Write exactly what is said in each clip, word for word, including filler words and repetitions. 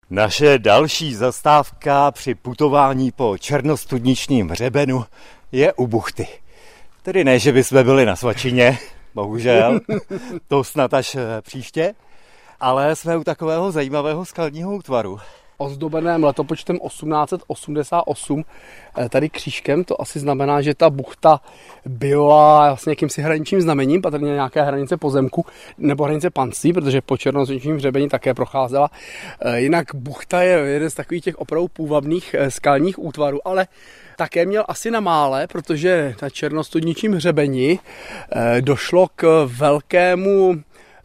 Naše další zastávka při putování po černostudničním hřebenu je u buchty. Tedy ne, že bychom byli na Svačině, bohužel, to snad až příště, ale jsme u takového zajímavého skalního útvaru. Ozdobeném letopočtem osmnáct set osmdesát osm, tady křížkem, to asi znamená, že ta buchta byla vlastně jakýmsi hraničním znamením, patrně nějaké hranice pozemku nebo hranice panství, protože po černostudničním hřebeni také procházela. Jinak buchta je jeden z takových těch opravdu půvabných skalních útvarů, ale také měl asi na mále, protože na černostudničním hřebeni došlo k velkému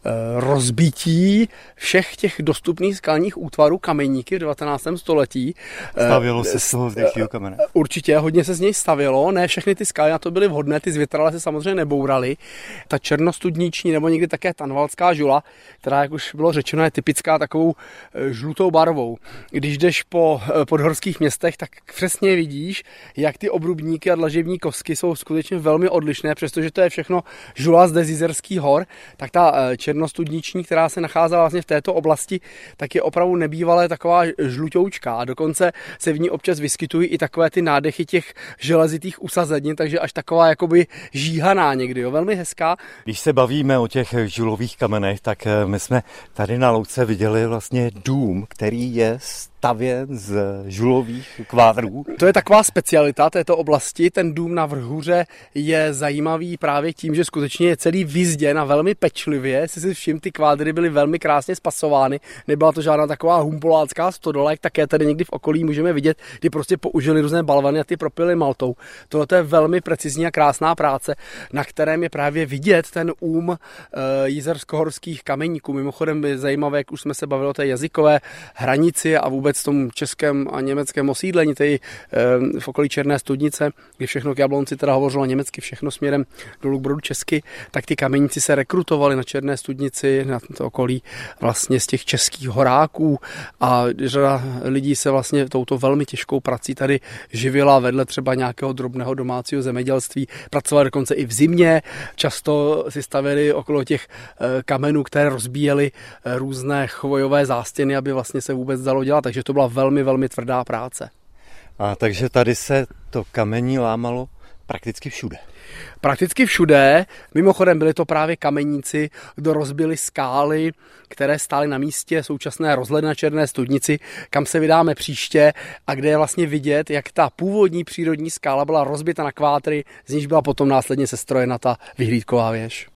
rozbití všech těch dostupných skalních útvarů kameníky v devatenáctém století. Stavělo se z toho zdejšího kamene. Určitě, hodně se z něj stavělo, ne všechny ty skaly na to byly vhodné, ty zvětralé se samozřejmě nebouraly. Ta černostudniční nebo někdy také tanvalská žula, která, jak už bylo řečeno, je typická takovou žlutou barvou. Když jdeš po podhorských městech, tak přesně vidíš, jak ty obrubníky a dlažební kosky jsou skutečně velmi odlišné, přestože to je všechno žula z Jizerských hor, tak ta černostudniční, která se nacházela vlastně v této oblasti, tak je opravdu nebývalé taková žlutoučka a dokonce se v ní občas vyskytují i takové ty nádechy těch železitých usazenin, takže až taková jakoby žíhaná někdy, jo, velmi hezká. Když se bavíme o těch žulových kamenech, tak my jsme tady na louce viděli vlastně dům, který je stavěn z žulových kvádrů. To je taková specialita této oblasti. Ten dům na Vrhůře je zajímavý právě tím, že skutečně je celý vyzděn a velmi pečlivě. Si si všim, ty kvádry byly velmi krásně spasovány. Nebyla to žádná taková humbolácká stodola, jak také tady někdy v okolí můžeme vidět, kdy prostě použili různé balvany a ty propily maltou. Tohle je velmi precizní a krásná práce, na kterém je právě vidět ten úm e, jizerskohorských kameníků. Mimochodem je zajímavé, jak už jsme se bavili o té jazykové hranici a vůbec v tom českém a německém osídlení, tady e, v okolí Černé studnice, kdy všechno k Jablonci teda hovořilo německy, všechno směrem dolů k Brodu česky, tak ty kameníci se rekrutovali na Černé studnici, na to okolí vlastně z těch českých horáků a řada lidí se vlastně touto velmi těžkou prací tady živila vedle třeba nějakého drobného domácího zemědělství. Pracovali dokonce i v zimě, často si stavěli okolo těch kamenů, které rozbíjely různé chvojové zástěny, aby vlastně se vůbec dalo dělat, takže to byla velmi, velmi tvrdá práce. A takže tady se to kamení lámalo prakticky všude. Prakticky všude. Mimochodem byli to právě kameníci, kdo rozbili skály, které stály na místě současné rozhledy na Černé studnici, kam se vydáme příště a kde je vlastně vidět, jak ta původní přírodní skála byla rozbita na kvádry, z níž byla potom následně sestrojena ta vyhlídková věž.